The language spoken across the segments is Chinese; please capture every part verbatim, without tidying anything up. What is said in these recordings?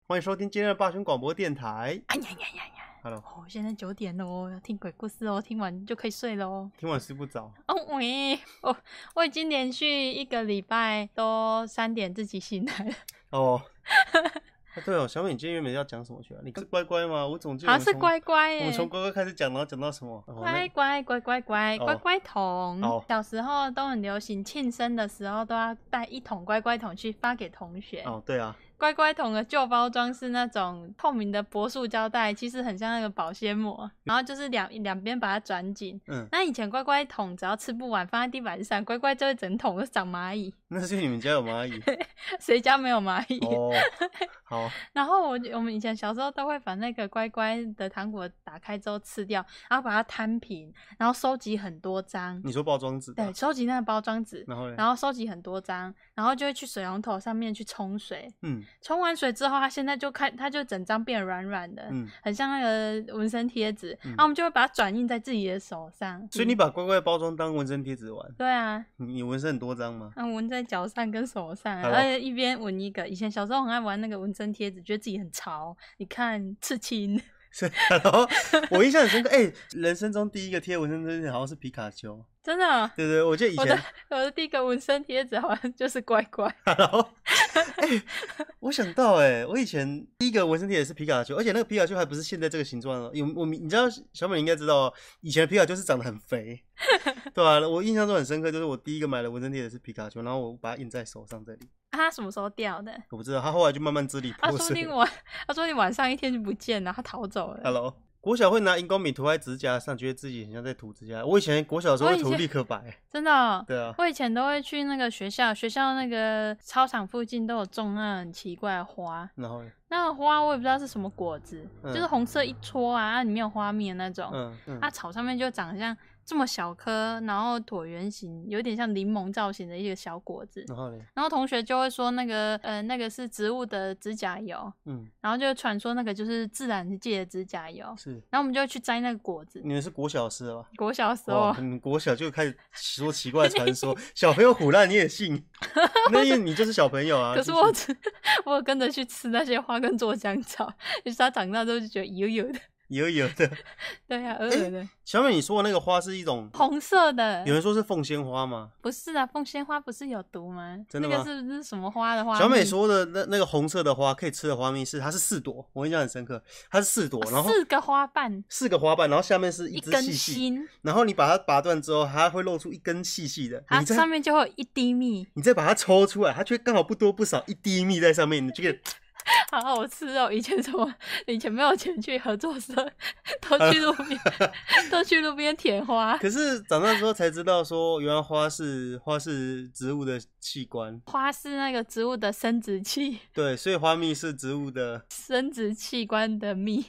欢迎收听今天的霸轩广播电台。 哎呀呀呀呀 ，Hello， 哦，现在九点喽，要听鬼故事哦，听完就可以睡喽。 听完睡不着。 哦喂，我我已经连续一个礼拜都三点自己醒来了。 哦，啊、对哦，小美，你今天原本要讲什么去啊？你是乖乖吗？我总记得好像是乖乖耶。 我们从乖乖开始讲，然后讲到什么？ 哦、乖乖乖乖乖、哦、乖乖桶、哦。小时候都很流行，庆生的时候都要带一桶乖乖桶去发给同学。 哦，对啊。 乖乖桶的旧包装是那种透明的薄塑胶袋，其实很像那个保鲜膜，然后就是两两边把它转紧。嗯，那以前乖乖桶只要吃不完放在地板上，乖乖就会整桶都长蚂蚁。 那是因为你们家有蚂蚁？ 谁家没有蚂蚁？ 哦，好。 然后我我们以前小时候都会把那个乖乖的糖果打开之后吃掉，然后把它摊平，然后收集很多张。 你说包装纸？ 对，收集那个包装纸， 然后然后收集很多张，然后就会去水龙头上面去冲水。嗯。冲完水之后，它现在就开，它就整张变软软的，嗯，很像那个纹身贴纸，然、嗯、后我们就会把它转印在自己的手上。 所以你把乖乖包装当纹身贴纸玩？ 对啊。 你纹身很多张吗？ 嗯，纹在脚上跟手上，而且一边纹一个。以前小时候很爱玩那个纹身贴纸，觉得自己很潮。你看，刺青。 然后我印象很深刻，哎、欸，人生中第一个贴纹身贴纸好像是皮卡丘。 真的、哦？ 对对，我记得以前我的我的第一个纹身贴纸好像就是乖乖。 然后，哎、欸，我想到、欸，哎，我以前第一个纹身贴也是皮卡丘，而且那个皮卡丘还不是现在这个形状哦。有我你知道小美应该知道，以前的皮卡丘是长得很肥，对啊，我印象中很深刻，就是我第一个买的纹身贴也是皮卡丘，然后我把它印在手上这里。 啊、他什么时候掉的？ 我不知道，他后来就慢慢支离破碎。 他说你晚，他说你晚上一天就不见了，他逃走了。 Hello。国小会拿荧光笔涂在指甲上，觉得自己很像在涂指甲。我以前国小的时候会涂立可白。 真的、哦？ 对啊。 我以前都会去那个学校，学校那个操场附近都有种那很奇怪的花。 然后呢？ 那个花我也不知道是什么果子，嗯、就是红色一撮啊，里面有花蜜的那种。嗯嗯。它草上面就长得像这么小颗，然后椭圆形，有点像柠檬造型的一个小果子。 然后呢？ 然后同学就会说那个呃那个是植物的指甲油。嗯。然后就传说那个就是自然界的指甲油。是。然后我们就会去摘那个果子。 你们是国小时吧？ 国小时候。 你国小就开始说奇怪的传说，小朋友唬烂你也信？那因为你就是小朋友啊。 可是我只我有跟着去吃那些花跟做香草，就是他长大之后就觉得油油的。 油油的。 对啊，鹅鹅的、欸。 小美，你说的那个花是一种红色的， 有人说是凤仙花吗？ 不是啊，凤仙花不是有毒吗？ 真的吗？ 那个是不是什么花的花蜜？ 小美说的那那个红色的花可以吃的花蜜是它是四朵，我印象很深刻，它是四朵，然后四个花瓣， 四个花瓣，然后下面是一根细细，然后你把它拔断之后，它会露出一根细细的， 它上面就会有一滴蜜， 你再把它抽出来，它却刚好不多不少一滴蜜在上面，你就可以。 好好吃哦！以前什么？以前没有钱去合作社，都去路边，都去路边舔花。 可是长大之后才知道，说原来花是花是植物的器官， 花是那个植物的生殖器。 对，所以花蜜是植物的生殖器官的蜜。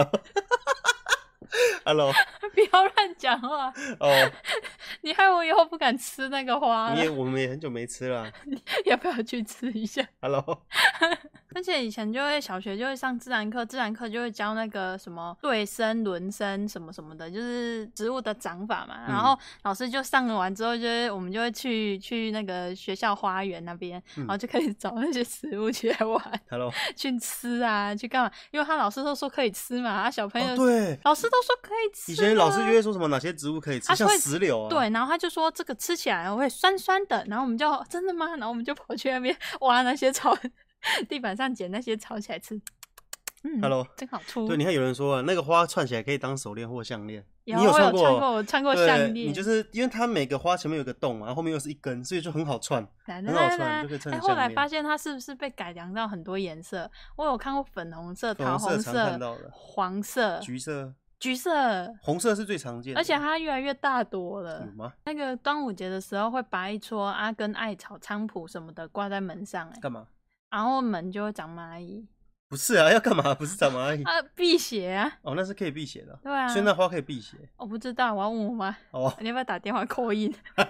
Hello。Hello， 不要乱讲话哦！ Oh. 你害我以后不敢吃那个花了。 你也我们也很久没吃了， 你要不要去吃一下 ？Hello， 而且以前就会小学就会上自然课，自然课就会教那个什么对生、轮生什么什么的，就是植物的长法嘛。嗯、然后老师就上了完之后，就是我们就会去去那个学校花园那边，嗯、然后就可以找那些植物起来玩。 Hello， 去吃啊，去干嘛？因为他老师都说可以吃嘛，他小朋友、 哦、对， 老师都说可以吃。 以前老师就会说什么哪些植物可以吃，像石榴啊。 对，然后他就说这个吃起来会酸酸的，然后我们就真的吗？然后我们就跑去那边挖那些草，地板上捡那些草起来吃。嗯 ，Hello， 真好吃。 对，你看有人说那个花串起来可以当手链或项链， 你有穿过？ 我有穿过，我穿过项链。 你就是因为它每个花前面有个洞嘛，然后后面又是一根，所以就很好串， 来很好串，就可以串成项链。 后来发现它是不是被改良到很多颜色？我有看过粉红色、桃红色、黄色、 橘色。 橘色、 红色是最常见的， 而且它越来越大朵了。 有吗？ 那个端午节的时候会拔一撮阿根艾草、菖蒲什么的挂在门上，哎， 干嘛？ 然后门就会长蚂蚁。 不是啊，要干嘛？不是长蚂蚁啊，辟邪啊。 哦，那是可以辟邪的。 对啊， 所以那花可以辟邪。 我不知道，我要问我妈。哦，你要不要打电话call in？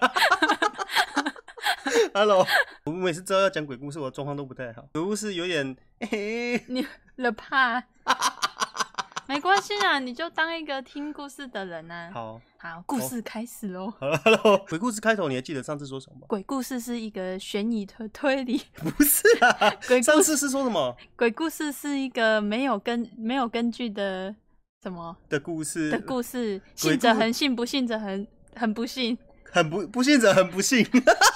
Hello， 我每次知道要讲鬼故事，我的状况都不太好。鬼故事有点，嘿嘿你了怕。 没关系啊，你就当一个听故事的人啊。 好， 好，故事开始喽。 好了，Hello，鬼故事开头你还记得上次说什么吗？ 鬼故事是一个悬疑推推理， 不是啊， 鬼故上次是说什么？ 鬼故事是一个没有根没有根据的什么的故事的故事，信者恒信，不信者恒很不信， 很不不信者很不信。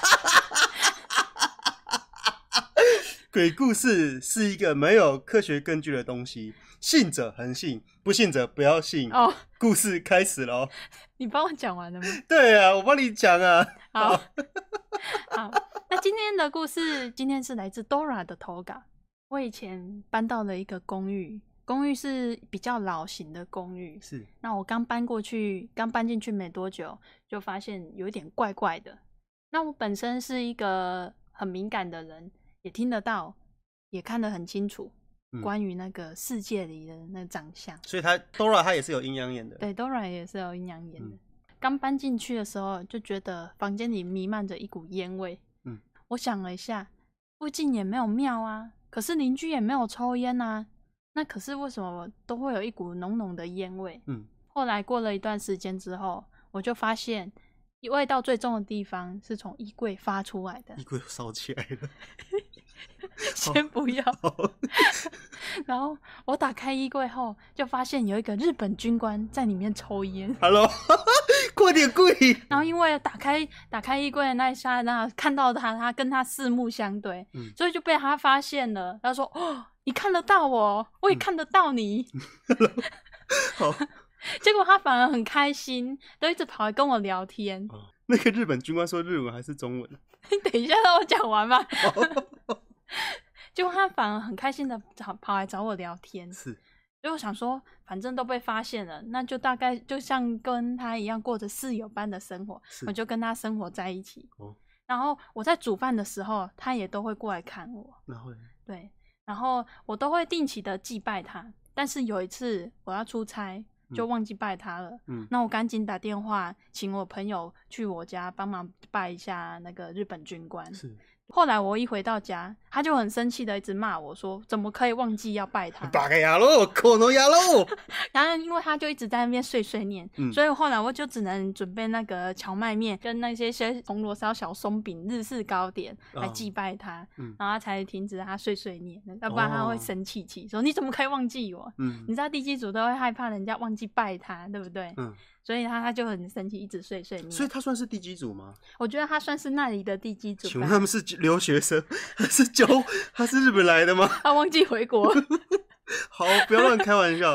鬼故事是一个没有科学根据的东西，信者恒信，不信者不要信。哦，故事开始咯。 你帮我讲完了吗？ 对啊，我帮你讲啊。 好，好，那今天的故事，今天是来自 Dora 的投稿。我以前搬到了一个公寓，公寓是比较老型的公寓。 是。那我刚搬过去，刚搬进去没多久，就发现有一点怪怪的。那我本身是一个很敏感的人。也听得到，也看得很清楚，嗯、关于那个世界里的那个长相。 所以他 Dora 他也是有阴阳眼的。 对 ，Dora 也是有阴阳眼的。刚、嗯、搬进去的时候，就觉得房间里弥漫着一股烟味。嗯，我想了一下，附近也没有庙啊，可是邻居也没有抽烟啊，那可是为什么都会有一股浓浓的烟味？嗯，后来过了一段时间之后，我就发现。味道最重的地方是从衣柜发出来的， 衣柜烧起来了。 先不要。然后我打开衣柜后，就发现有一个日本军官在里面抽烟。 Hello， 快点跪！ 然后因为打开打开衣柜的那一刹那，看到他，他跟他四目相对，嗯、所以就被他发现了。他说：“哦，你看得到我，我也看得到你。嗯”好。结果他反而很开心，都一直跑来跟我聊天。 哦、那个日本军官说日文还是中文？ 你等一下让我讲完吧。结果他反而很开心的跑跑来找我聊天。是，所以我想说，反正都被发现了，那就大概就像跟他一样过着室友般的生活，我就跟他生活在一起。哦、然后我在煮饭的时候，他也都会过来看我。 然后对，然后我都会定期的祭拜他。但是有一次我要出差。就忘记拜他了，嗯，那我赶紧打电话请我朋友去我家帮忙拜一下那个日本军官。是，后来我一回到家，他就很生气的一直骂我说，怎么可以忘记要拜他？ バカ野郎，この野郎！ 然后因为他就一直在那边碎碎念，嗯、所以后来我就只能准备那个荞麦面跟那些些铜锣烧小松饼、日式糕点来祭拜他，嗯、然后他才停止他碎碎念，要不然他会生气气，说你怎么可以忘记我？嗯、你知道地基主都会害怕人家忘记拜他，对不对？嗯、所以他他就很生气，一直碎碎念。 所以他算是地基主吗？ 我觉得他算是那里的地基主。 请问他们是留学生还是交？他是日本来的吗？ 他忘记回国。 好，不要乱开玩笑。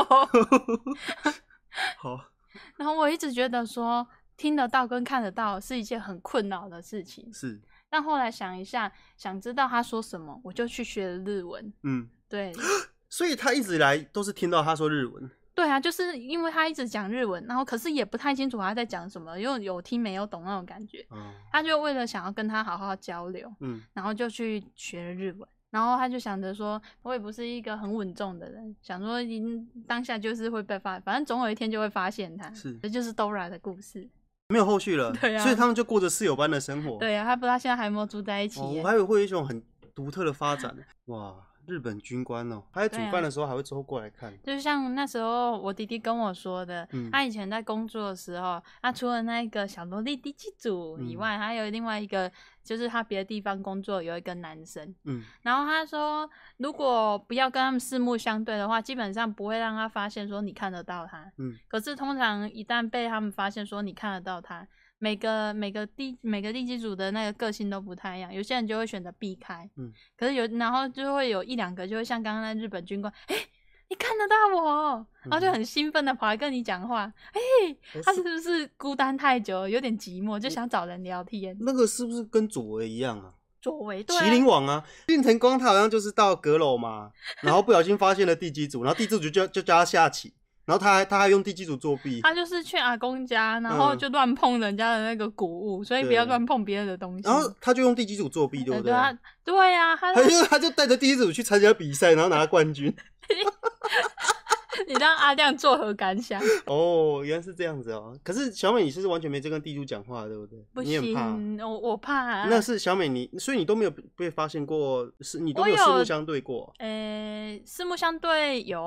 好。 然后我一直觉得说，听得到跟看得到是一件很困扰的事情。 是。 但后来想一下，想知道他说什么，我就去学了日文。嗯，对。 所以他一直以来都是听到他说日文。 对啊，就是因为他一直讲日文，然后可是也不太清楚他在讲什么，因为有听没有懂那种感觉。嗯、他就为了想要跟他好好交流，嗯，然后就去学了日文。然后他就想着说，我也不是一个很稳重的人，想说当下就是会被发，反正总有一天就会发现他。是，这就是 Dora 的故事。 没有后续了。对啊，所以他们就过着室友般的生活。 对啊，他不知道现在还有没有住在一起。 哦、我还以为会有一种很独特的发展。哇，日本军官哦，他在煮饭的时候还会抽过来看。啊、 就像那时候我弟弟跟我说的，嗯、他以前在工作的时候，他除了那个小萝莉地基组以外，嗯、还有另外一个，就是他别的地方工作有一个男生，嗯，然后他说，如果不要跟他们四目相对的话，基本上不会让他发现说你看得到他，嗯，可是通常一旦被他们发现说你看得到他。每个每个地每个地基组的那个个性都不太一样，有些人就会选择避开，嗯，可是有然后就会有一两个就会像刚刚那日本军官，哎、欸，你看得到我，然后就很兴奋的跑来跟你讲话，哎、欸，他是不是孤单太久，有点寂寞，就想找人聊天？ 那个是不是跟佐为一样啊？ 佐为对、啊， 麒麟王啊，变成光他好像就是到阁楼嘛，然后不小心发现了地基组，然后地基组就就叫他下棋。然后他还他还用地基组作弊， 他就是去阿公家，然后就乱碰人家的那个谷物，嗯、所以不要乱碰别人的东西。 然后他就用地基组作弊，对不对？对啊， 对啊，他他就他就带着地基组去参加比赛，然后拿冠军。 你让阿亮作何感想？ 哦，原来是这样子哦。可是小美，你是完全没在跟地主讲话，对不对？ 不行，你很怕，我我怕、啊。 那是小美你，所以你都没有被发现过，是你都没有四目相对过？ 呃，四目相对有啊，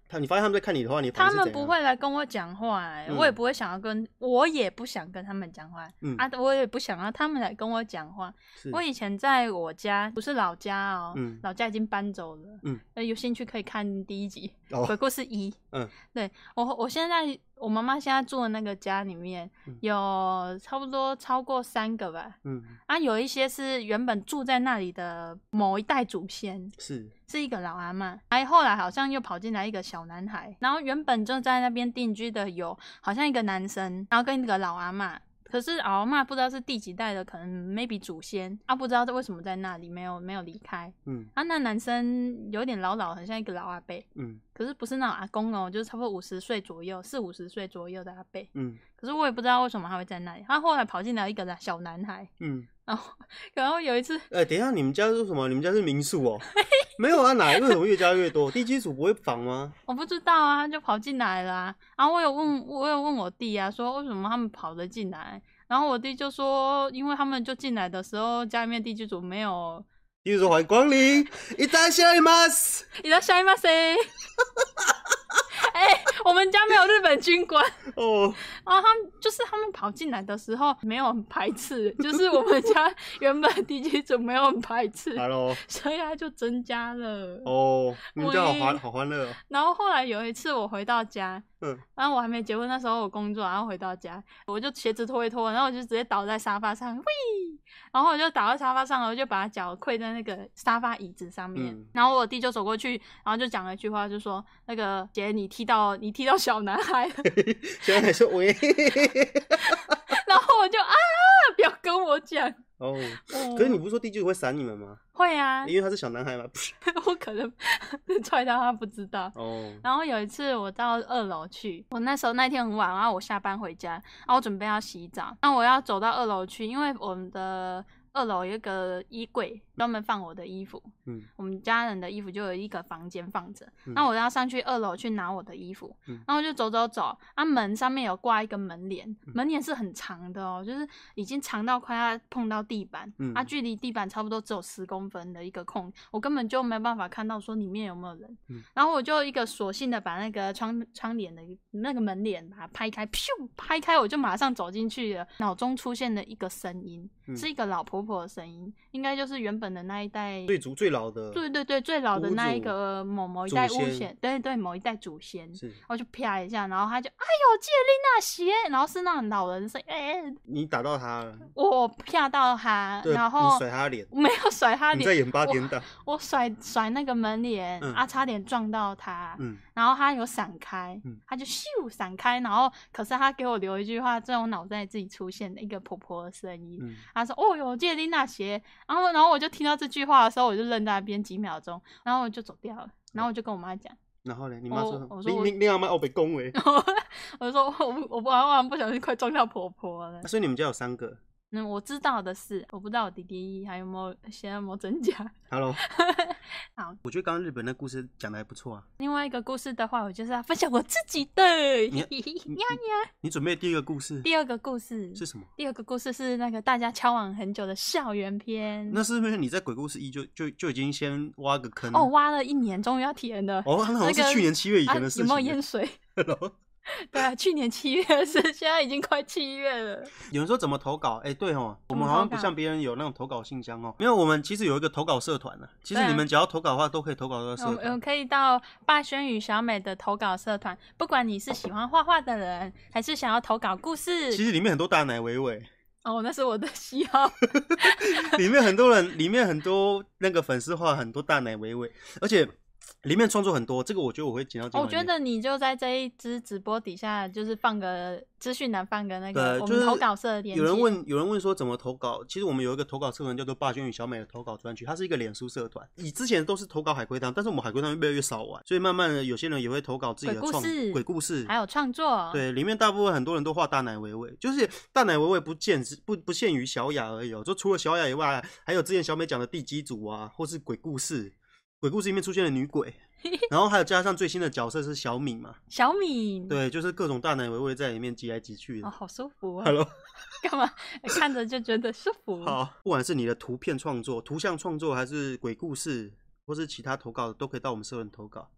他你发现他们在看你的话，你反他应是怎样？ 们不会来跟我讲话、欸， 嗯我也不会想要跟，我也不想跟他们讲话、 嗯啊，我也不想让他们来跟我讲话。 是我以前在我家，不是老家哦、 嗯老家已经搬走了。 嗯， 有兴趣可以看第一集《 哦鬼故事一》。 嗯， 对我，我现在我妈妈现在住的那个家里面， 嗯有差不多超过三个吧。 嗯， 啊，有一些是原本住在那里的某一代祖先， 是是一个老阿嬷，哎，后来好像又跑进来一个小男孩，然后原本就在那边定居的有好像一个男生，然后跟一个老阿嬷。可是老阿嬷不知道是第几代的，可能 maybe 祖先啊，不知道为什么在那里没有没有离开。 嗯啊，那男生有点老老，很像一个老阿伯， 嗯可是不是那种阿公哦，就是差不多五十岁左右，四五十岁左右的阿伯。 嗯可是我也不知道为什么他会在那里，他后来跑进来一个小男孩， 嗯。 然后然后有一次， 哎、等一下，你们家是什么？你们家是民宿哦？没有啊，哪为什么越加越多？地基组不会防吗？ 我不知道啊，他就跑进来了啊。然后我有问，我有问我弟啊，说为什么他们跑得进来？然后我弟就说，因为他们就进来的时候，家里面地基组没有。 地基组欢迎光临，いらっしゃいます。 いらっしゃいませ。哎、欸，我们家没有日本军官哦。 然后他们就是他们跑进来的时候没有很排斥，就是我们家原本地基组没有很排斥， Hello， 所以他就增加了。 哦，你们家好欢好欢乐哦。 然后后来有一次我回到家， 嗯， 然后我还没结婚，那时候我工作，然后回到家，我就鞋子脱一脱，然后我就直接倒在沙发上，喂，然后我就倒在沙发上了，我就把脚跪在那个沙发椅子上面， 嗯、 然后我弟就走过去，然后就讲了一句话，就说那个姐你踢到你踢到小男孩了， 小男孩说喂， 然后我就啊，不要跟我讲。 哦，可是你不是说地基组会闪你们吗？ 会啊， 因为他是小男孩嘛。 我可能踹到他不知道。 哦。 然后有一次我到二楼去，我那时候那天很晚，然后我下班回家，然后我准备要洗澡，那我要走到二楼去，因为我们的二楼有一个衣柜，专门放我的衣服。嗯，我们家人的衣服就有一个房间放着。嗯、那我要上去二楼去拿我的衣服，嗯、然后我就走走走，啊，门上面有挂一个门帘，嗯、门帘是很长的哦，就是已经长到快要碰到地板，嗯、啊，距离地板差不多只有十公分的一个空，我根本就没办法看到说里面有没有人。嗯、然后我就一个索性的把那个窗窗帘的那个门帘把它拍开，咻，拍开我就马上走进去了，脑中出现了一个声音，嗯、是一个老婆婆的声音，应该就是原本的那一代最祖最老的， 对对对，最老的那一个某某一代巫仙，对对，某一代祖先，然后就啪一下，然后他就哎呦，杰丽娜鞋，然后是那种老人声，哎、欸， 你打到他了， 我啪到他，然后你甩他脸， 没有甩他脸， 你在演八点档， 我, 我甩甩那个门帘、嗯、啊，差点撞到他，嗯，然后他有闪开，嗯、他就咻闪开，然后可是他给我留一句话，在我脑袋自己出现的一个婆婆的声音，嗯、他说哦哟，杰丽娜鞋，然后然后我就听到这句话的时候，我就愣在那边几秒钟，然后我就走掉了，然后我就跟我妈讲。 然后呢？你妈说：“ 我说你你阿妈我被恭维。” 我说：“我我不好像不小心快撞到婆婆了。” 所以你们家有三个？ 嗯，我知道的是，我不知道我弟弟还有没有现在有没有增加。 Hello， 好， 我觉得刚刚日本那故事讲的还不错啊。 另外一个故事的话，我就是要分享我自己的。 你你你准备第一个故事？ 第二个故事是什么？ 第二个故事是那个大家敲碗很久的校园篇。 那是不是你在鬼故事一就就就已经先挖个坑？ 哦，挖了一年，终于要填了。 哦，那好像是去年七月以前的事情、 啊。有没有淹水？对啊，去年七月的事，现在已经快七月了。 有人说怎么投稿？哎、欸，对哦，我们好像不像别人有那种投稿信箱哦。因为我们其实有一个投稿社团呢、啊。其实你们只要投稿的话，都可以投稿到社团。 我们可以到霸轩与小美的投稿社团，不管你是喜欢画画的人，还是想要投稿故事。 其实里面很多大奶维维。 哦，那是我的喜好。 里面很多人，里面很多那个粉丝画很多大奶维维，而且。里面创作很多，这个我觉得我会剪到。 我觉得你就在这一支直播底下，就是放个资讯栏，放个那个我们投稿社的链接。 有人问，有人问说怎么投稿？其实我们有一个投稿社团叫做霸轩与小美的投稿专区，它是一个脸书社团。以之前都是投稿海龟汤，但是我们海龟汤越来越少玩，所以慢慢的有些人也会投稿自己的创鬼故事， 还有创作。 对，里面大部分很多人都画大奶维维，就是大奶维维不限不不限于小雅而已哦，就除了小雅以外，还有之前小美讲的地基组啊，或是鬼故事。鬼故事里面出现了女鬼，然后还有加上最新的角色是小敏嘛？ 小敏， 对，就是各种大奶维维在里面挤来挤去的， 哦，好舒服啊 ！Hello， 干嘛看着就觉得舒服？ 好，不管是你的图片创作、图像创作，还是鬼故事，或是其他投稿，都可以到我们社团投稿。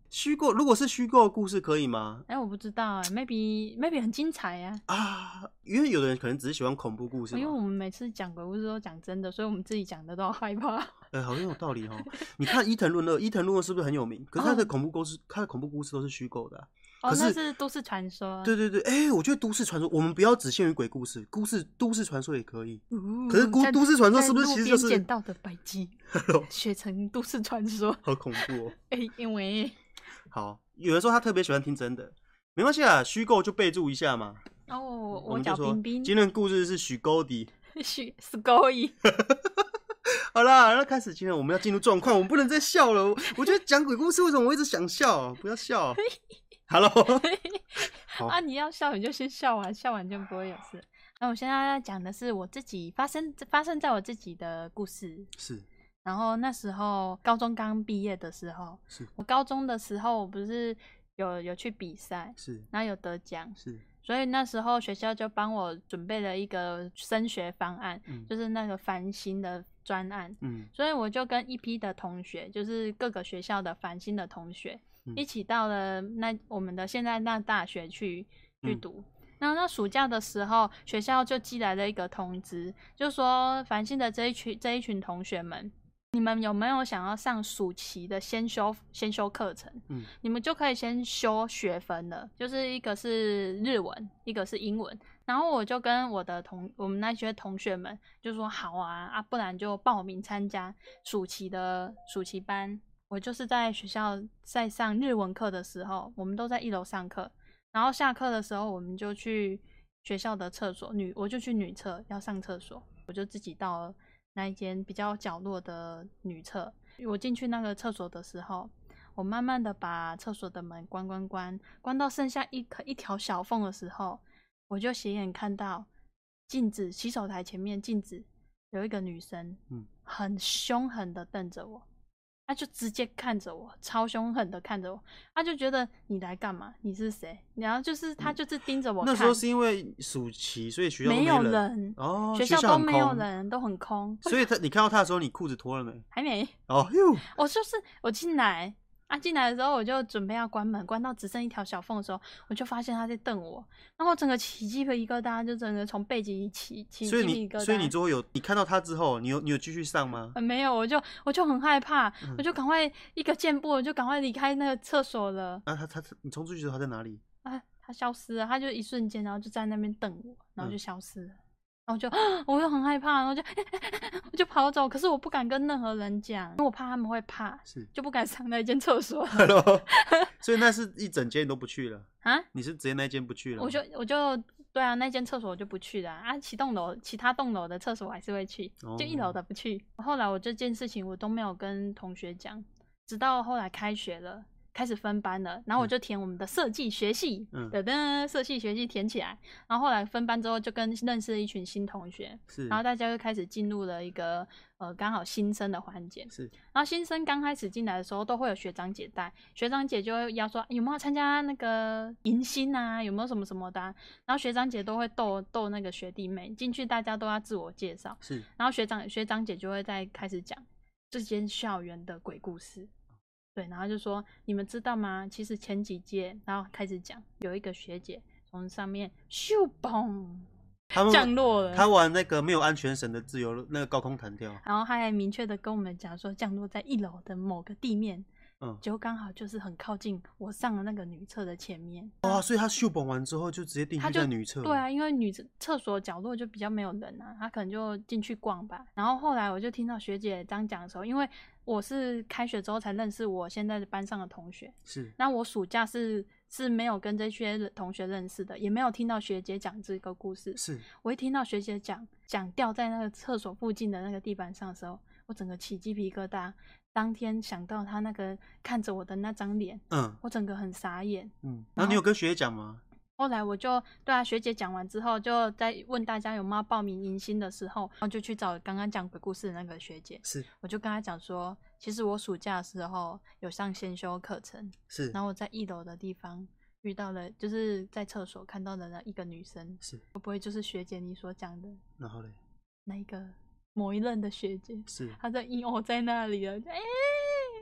虚构，如果是虚构的故事可以吗？ 哎、欸，我不知道哎、欸、，maybe maybe 很精彩呀、 啊。啊，因为有的人可能只是喜欢恐怖故事嘛。 因为我们每次讲鬼故事都讲真的，所以我们自己讲的都要害怕。 哎、欸，好像有道理哦。你看伊藤润二，伊藤润二是不是很有名？可是他的恐怖故事，他、哦、的恐怖故事都是虚构的、啊。 哦， 可是那是都市传说。 对对对，哎、欸，我觉得都市传说，我们不要只限于鬼故事，故事都市传说也可以。 嗯、 可是都都市传说是不是其实就是捡到的百鸡，写成都市传说？ 好恐怖哦！ 哎、欸，因为好，有的时候他特别喜欢听真的，没关系啊，虚构就备注一下嘛。 哦，我我叫冰冰， 今天的故事是许勾迪， 许是勾伊。 好啦，那开始今天我们要进入状况，我们不能再笑了。我觉得讲鬼故事为什么我一直想笑？不要笑。Hello 啊，你要笑你就先笑完，笑完就不会有事。那我现在要讲的是我自己发生发生在我自己的故事。 是。 然后那时候高中刚毕业的时候， 是我高中的时候我不是有有去比赛， 是， 然后有得奖， 是。 所以那时候学校就帮我准备了一个升学方案，嗯、就是那个繁星的专案。嗯，所以我就跟一批的同学，就是各个学校的繁星的同学，嗯、一起到了那我们的现在那大学去去读。嗯，然后那暑假的时候，学校就寄来了一个通知，就说繁星的这一群这一群同学们，你们有没有想要上暑期的先修先修课程？嗯，你们就可以先修学分了，就是一个是日文，一个是英文。然后我就跟我的同我们那些同学们就说好啊啊，不然就报名参加暑期的暑期班。我就是在学校在上日文课的时候，我们都在一楼上课，然后下课的时候我们就去学校的厕所，女我就去女厕要上厕所，我就自己到了那一间比较角落的女厕。我进去那个厕所的时候，我慢慢的把厕所的门关关关关到剩下一一条小缝的时候，我就斜眼看到镜子洗手台前面镜子有一个女生，嗯，很凶狠的瞪着我，她就直接看着我，超凶狠的看着我，她就觉得你来干嘛？你是谁？然后就是她就是盯着我看。 那时候是因为暑期，所以学校没有人哦， 学校都没有人，都很空。 所以他你看到他的时候，你裤子脱了没？ 还没。 哦哟， 我就是我进来。啊，进来的时候我就准备要关门，关到只剩一条小缝的时候，我就发现他在瞪我，然后整个起鸡皮疙瘩，就整个从背脊起起鸡皮疙瘩。 所以你最后有你看到他之后，你有你有继续上吗？ 呃、没有，我就我就很害怕，嗯、我就赶快一个箭步，我就赶快离开那个厕所了。 啊，他他你冲出去的时候他在哪里？ 啊，他消失了，他就一瞬间，然后就在那边瞪我，然后就消失了。嗯，然后就我又很害怕，然后就我就跑走，可是我不敢跟任何人讲，因为我怕他们会怕，是就不敢上那间厕所。 所以那是一整间都不去了啊？ 你是直接那间不去了？ 我就我就对啊，那间厕所我就不去了啊，其栋楼其他栋楼的厕所我还是会去，就一楼的不去。哦，后来我这件事情我都没有跟同学讲，直到后来开学了。开始分班了，然后我就填我们的设计学系，嗯，等等，设计学系填起来。然后后来分班之后，就跟认识了一群新同学，是，然后大家就开始进入了一个呃刚好新生的环节，是。然后新生刚开始进来的时候，都会有学长姐带，学长姐就会要说有没有参加那个迎新啊，有没有什么什么的啊，然后学长姐都会逗逗那个学弟妹进去，大家都要自我介绍，是。然后学长学长姐就会再开始讲这间校园的鬼故事。对，然后就说你们知道吗？其实前几届，然后开始讲，有一个学姐从上面咻嘣降落了。 他玩那个没有安全绳的自由那个高空弹跳， 然后他还明确的跟我们讲说，降落在一楼的某个地面，嗯，就刚好就是很靠近我上了那个女厕的前面。 哇，所以他咻嘣完之后就直接定居在女厕。 对啊，因为女厕所角落就比较没有人啊，他可能就进去逛吧。然后后来我就听到学姐这样讲的时候，因为我是开学之后才认识我现在的班上的同学，是。那我暑假是是没有跟这些同学认识的，也没有听到学姐讲这个故事。是。我一听到学姐讲讲掉在那个厕所附近的那个地板上的时候，我整个起鸡皮疙瘩。当天想到她那个看着我的那张脸，嗯，我整个很傻眼。嗯， 然后你有跟学姐讲吗？ 后来我就对啊，学姐讲完之后，就在问大家有没有报名迎新的时候，然后就去找刚刚讲鬼故事的那个学姐。是，我就跟她讲说，其实我暑假的时候有上先修课程，是，然后我在一楼的地方遇到了，就是在厕所看到的那一个女生，是，会不会就是学姐你所讲的？ 然后嘞， 那一个某一任的学姐，是，她在阴偶在那里了，哎、欸。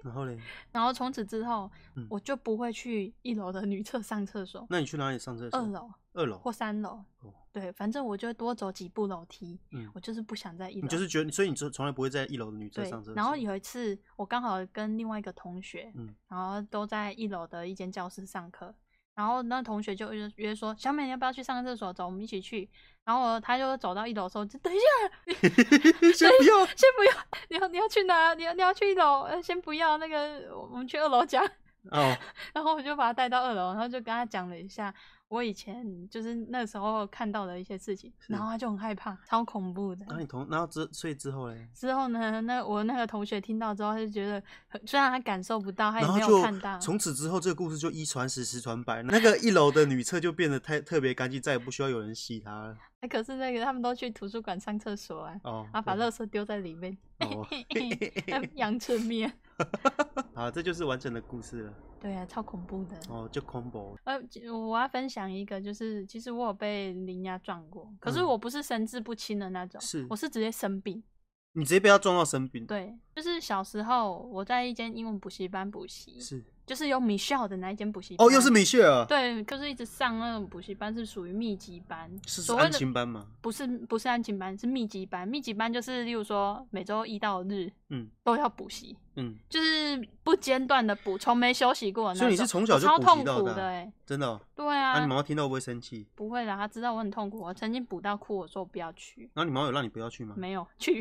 然后嘞， 然后从此之后、 嗯， 我就不会去一楼的女厕上厕所。 那你去哪里上厕所？ 二楼， 二楼或三楼。哦，对，反正我就会多走几步楼梯。嗯，我就是不想在一楼。 你就是觉得，所以你从来不会在一楼的女厕上厕所。 然后有一次，我刚好跟另外一个同学，嗯，然后都在一楼的一间教室上课。然后那同学就约说：“小美，你要不要去上厕所？走，我们一起去。”然后他就走到一楼的时候，就等一下， 先不要， 先不要，你要你要去哪？你要你要去一楼？呃，先不要，那个我们去二楼讲。哦。然后我就把他带到二楼，然后就跟他讲了一下我以前就是那时候看到的一些事情，然后他就很害怕，超恐怖的。 那你同然后之所以之后嘞？ 之后呢，那我那个同学听到之后，他就觉得虽然他感受不到，他也没有看到。 从此之后，这个故事就一传十，十传百，那个一楼的女厕就变得太特别干净，再也不需要有人洗它了。 欸、可是那个他们都去图书馆上厕所啊，哦、然后把垃圾丢在里面，哦、阳春面。 好，这就是完整的故事了。 对啊，超恐怖的。 哦，就恐怖。 呃，我要分享一个，就是其实我有被铃芽撞过，可是我不是神志不清的那种，是、嗯，我是直接生病。 你直接被他撞到生病？ 对，就是小时候我在一间英文补习班补习，是，就是有 Michelle 的那一间补习班。 哦，又是 Michelle。 对，就是一直上那种补习班，是属于密集班。 是安亲班吗？ 不是，不是安亲班，是密集班。密集班就是，例如说每周一到日，嗯，都要补习，嗯，就是不间断的补，从没休息过的那种。 所以你是从小就补习到的、啊？ 的哎、欸， 真的、哦。 对啊。 那、啊、你妈妈听到会不会生气？ 不会啦，她知道我很痛苦。我曾经补到哭，我说我不要去。 然后你妈妈有让你不要去吗？ 没有，去。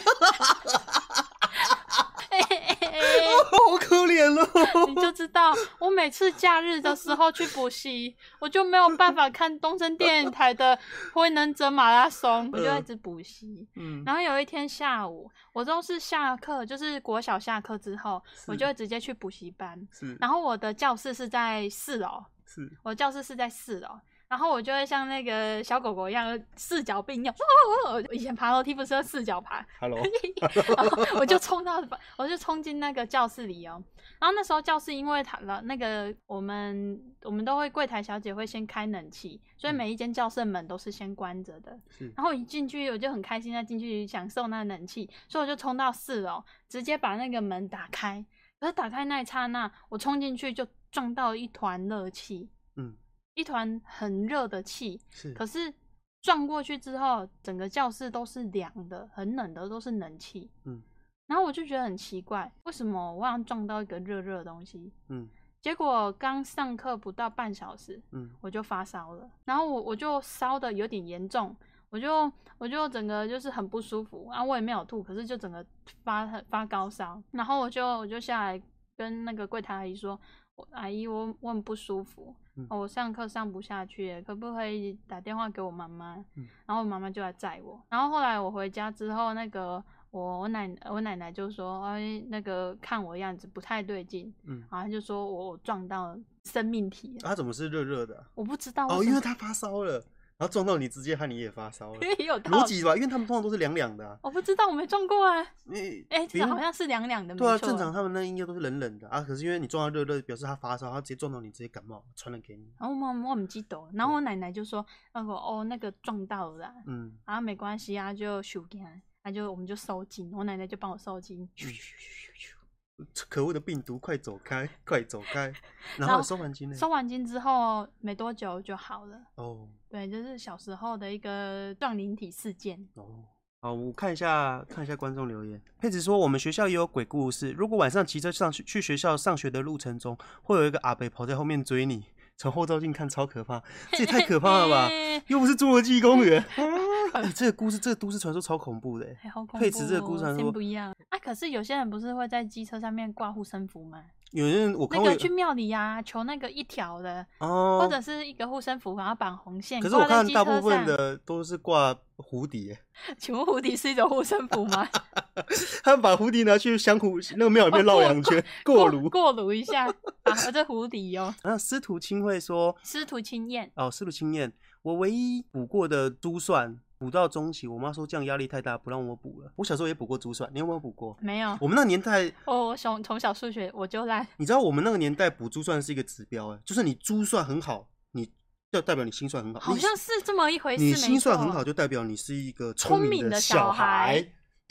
好可怜哦！ 你就知道，我每次假日的时候去补习，我就没有办法看东森电影台的《辉能者马拉松》，我就一直补习。嗯，然后有一天下午，我都是下课，就是国小下课之后，我就会直接去补习班。是，然后我的教室是在四楼，是，我的教室是在四楼。然后我就会像那个小狗狗一样四脚并用，哦哦、以前爬楼梯不是要四脚爬 ？Hello， 然后我就冲到，我就冲进那个教室里哦。然后那时候教室因为它了那个我们我们都会柜台小姐会先开冷气，所以每一间教室的门都是先关着的。嗯、然后一进去我就很开心的进去享受那冷气，所以我就冲到四楼，直接把那个门打开。可是打开那一刹那，我冲进去就撞到一团热气。嗯。一团很热的气，可是撞过去之后，整个教室都是凉的，很冷的，都是冷气。嗯，然后我就觉得很奇怪，为什么我好像撞到一个热热的东西？嗯，结果刚上课不到半小时，嗯，我就发烧了，然后我我就烧的有点严重，我就我就整个就是很不舒服，啊，我也没有吐，可是就整个发发高烧，然后我就我就下来跟那个柜台阿姨说。阿姨，我我很不舒服，嗯哦、我上课上不下去，可不可以打电话给我妈妈？嗯、然后我妈妈就来载我。然后后来我回家之后，那个我我奶我奶奶就说，哎，那个看我样子不太对劲，嗯，然后她就说我撞到生命体了。 他、啊、怎么是热热的、啊？ 我不知道哦，因为他发烧了。然后撞到你，直接害你也发烧了， 也有道理逻辑吧？因为他们通常都是凉凉的、啊。 我不知道，我没撞过啊。哎、欸，这好像是凉凉的， 对啊，正常他们那应该都是冷冷的啊。可是因为你撞到热热，表示他发烧，他直接撞到你，直接感冒，传染给你。 然后我我不记得，然后我奶奶就说：“那个哦，那个撞到了啦，嗯，然后没关系啊，就收起来，那就我们就收金。”我奶奶就帮我收金。嗯可恶的病毒，快走开，快走开！然后收完金呢？ 收完金之后没多久就好了。哦，对，就是小时候的一个撞灵体事件。 哦，好，我看一下看一下观众留言。佩子说，我们学校也有鬼故事。如果晚上騎车上去去学校上学的路程中，会有一个阿伯跑在后面追你，从后照镜看超可怕，这也太可怕了吧！又不是侏罗纪公园。哎、欸，这个故事，这个都市传说超恐怖的、欸， 哎，好恐怖、哦。 佩子这个故事传说不一样啊。可是有些人不是会在机车上面挂护身符吗？ 有人我看过那个去庙里啊，求那个一条的，哦，或者是一个护身符，然后绑红线。 可是我看大部分的都是挂蝴蝶。 请问蝴蝶是一种护身符吗？ 他们把蝴蝶拿去香湖那个庙里面绕两圈，过炉过炉一下，啊，这蝴蝶哦。 然后司徒清会说， 司徒清燕哦，司徒清燕，我唯一补过的珠算。补到中期，我妈说这样压力太大，不让我补了。我小时候也补过珠算，你有没有补过？ 没有。 我们那个年代， 哦，我从从小数学我就烂。 你知道我们那个年代补珠算是一个指标，哎，就是你珠算很好，你就代表你心算很好。 好像是这么一回事。 你心算很好，就代表你是一个聪明的小孩。对，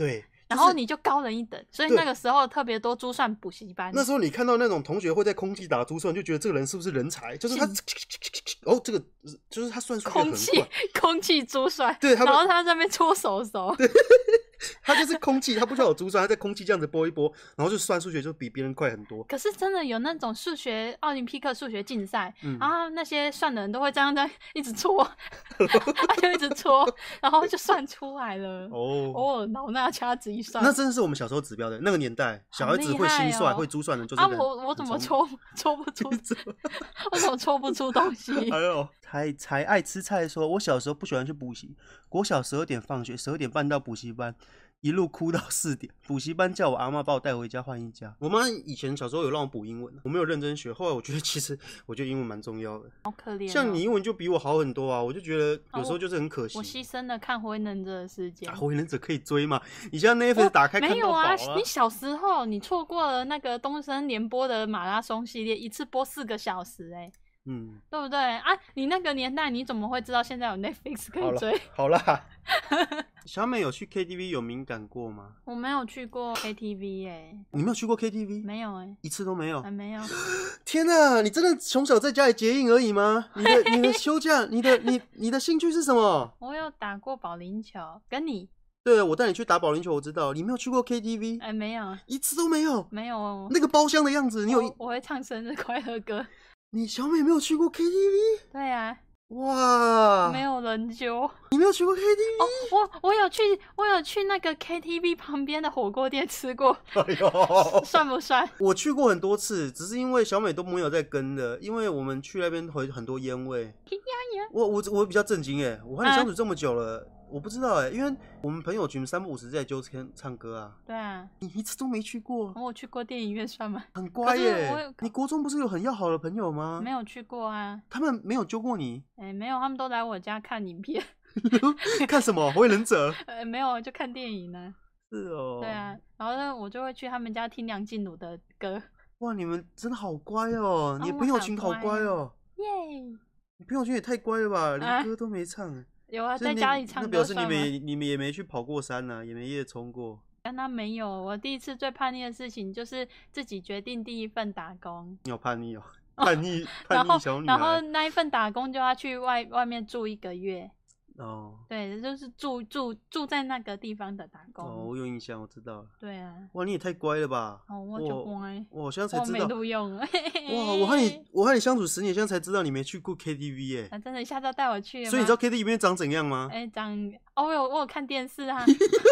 然后你就高人一等，所以那个时候特别多珠算补习班。 那时候你看到那种同学会在空气打珠算，就觉得这个人是不是人才？就是他，哦，这个就是他算数学很快。空气空气珠算， 对，然后他在那边搓手手。 对，他就是空气，他不需要有珠算，他在空气这样子拨一拨，然后就算数学就比别人快很多。 可是真的有那种数学奥林匹克数学竞赛， 嗯、 然后那些算的人都会这样在一直搓，他就一直搓，然后就算出来了。哦，哦，老衲掐指一算， 那真的是我们小时候指标的那个年代，小孩子会心算、哦、会珠算的，就是啊， 我我怎么搓搓不出，我怎么搓不出东西？ 哎呦，才才爱吃菜说，我小时候不喜欢去补习，国小十二点放学，十二点半到补习班。一路哭到四点，补习班叫我阿嬷把我带回家换一家。我妈以前小时候有让我补英文，我没有认真学。后来我觉得其实我觉得英文蛮重要的。 好可怜、哦， 像你英文就比我好很多啊，我就觉得有时候就是很可惜。 哦、我牺牲了看火影忍者的时间。 啊、火影忍者可以追嘛？你现在 Netflix 打开看到饱啊。 没有啊，你小时候你错过了那个东森联播的马拉松系列，一次播四个小时哎、欸。嗯，对不对啊？你那个年代你怎么会知道现在有 Netflix 可以追？ 好啦，好啦小美有去 K T V 有敏感过吗？ 我没有去过 K T V 哎、欸。 你没有去过 K T V？ 没有哎、欸， 一次都没有。 还没有。 天哪，你真的从小在家里结印而已吗？你的你的休假，你的你你的兴趣是什么？ 我有打过保龄球，跟你。 对，我带你去打保龄球，我知道。你没有去过 K T V？ 哎、欸，没有， 一次都没有。 没有哦。 那个包厢的样子，你有？ 我, 我会唱生日快乐歌。 你小美没有去过 K T V？ 对啊。 哇， 没有人揪。 你没有去过 K T V？ 哦，我我有去，我有去那个 K T V 旁边的火锅店吃过。 哎呦， 算不算？ 我去过很多次，只是因为小美都没有在跟的，因为我们去那边会很多烟味。我我我比较震惊哎，我和你相处这么久了。啊我不知道哎、欸，因为我们朋友群三不五时在揪天唱歌啊。 对啊， 你一次都没去过。 我去过电影院算吗？ 很乖耶、欸。你国中不是有很要好的朋友吗？ 没有去过啊。他们没有揪过你？ 哎、欸，没有，他们都来我家看影片。 看什么？火影忍者？ 呃，没有，就看电影呢。 是哦。 对啊，然后呢，我就会去他们家听梁静茹的歌。 哇，你们真的好乖哦、喔！你的朋友群好乖哦、喔。 耶、啊！ 你朋友圈也太乖了吧，连歌都没唱、欸。 有啊，在家里唱歌。 那表示你们你们也没去跑过山啊，也没夜冲过。 但他没有，我第一次最叛逆的事情就是自己决定第一份打工。 你好叛逆哦，叛逆叛逆小女孩。 然后那一份打工就要去外外面住一个月。 哦， 对，就是住住住在那个地方的打工。 哦，我有印象，我知道了。 对啊。 哇，你也太乖了吧！ 哦，我就乖。 我现在才知道。 我没录用。哇， 我和你我和你相处十年，现在才知道你没去过 K T V 耶、欸。 啊，真的，下次要带我去。 所以你知道 K T V 里面长怎样吗？ 哎、欸，长哦，我有我有看电视啊。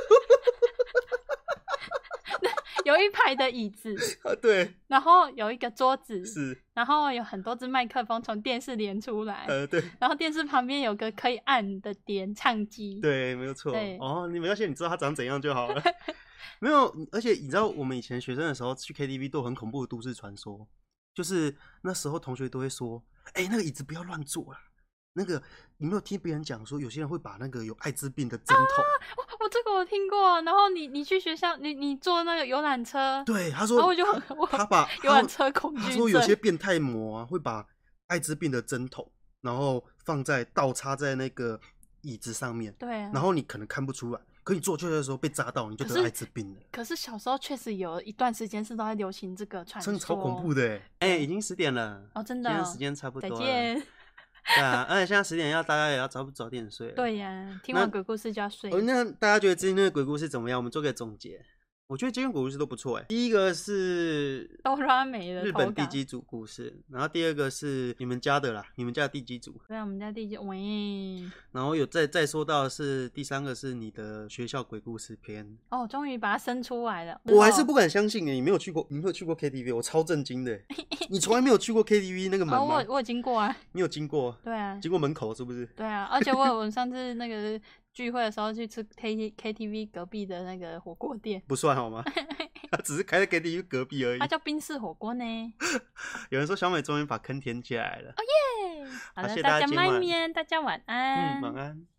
有一排的椅子啊，对， 然后有一个桌子， 是， 然后有很多支麦克风从电视连出来， 呃，对， 然后电视旁边有个可以按的点唱机， 对，没有错，哦，你没关系，你知道它长怎样就好了。没有，而且你知道我们以前学生的时候去 K T V 都很恐怖的都市传说，就是那时候同学都会说，哎、欸，那个椅子不要乱坐啦。那个，你没有听别人讲说，有些人会把那个有艾滋病的针筒、啊我，我这个我听过。然后你你去学校，你你坐那个游览车， 对，他说， 然后我就我他把游览车恐惧症， 他说有些变态魔啊，会把艾滋病的针筒，然后放在倒插在那个椅子上面， 对、啊， 然后你可能看不出来，可你坐下来的时候被扎到，你就得艾滋病了。 可是小时候确实有一段时间是都在流行这个传说， 真的超恐怖的哎！哎、欸，已经十点了哦，真的、哦， 今天时间差不多了， 再见。 对啊，而且现在十点要大家也要早早点睡了。 对呀、啊，听完鬼故事就要睡。 哦，那大家觉得今天的鬼故事怎么样？我们做个总结。我觉得今天鬼故事都不错哎。第一个是哆啦美的日本地基组故事，然后第二个是你们家的啦，你们家的地基组。 对啊，我们家地基喂。 然后有再再说到的是第三个是你的学校鬼故事篇。 哦，终于把它生出来了。 我还是不敢相信你没有去过，你没有去过 K T V， 我超震惊的。你从来没有去过 K T V 那个门吗？ 哦、我我有经过啊。 你有经过？ 对啊。 经过门口是不是？ 对啊，而且我我上次那个聚会的时候去吃 K K T V 隔壁的那个火锅店， 不算好吗？他只是开在 K T V 隔壁而已。 它叫宾士火锅呢。 有人说小美终于把坑填起来了。 哦耶！好的，大家麦面，大家晚安。 嗯，晚安。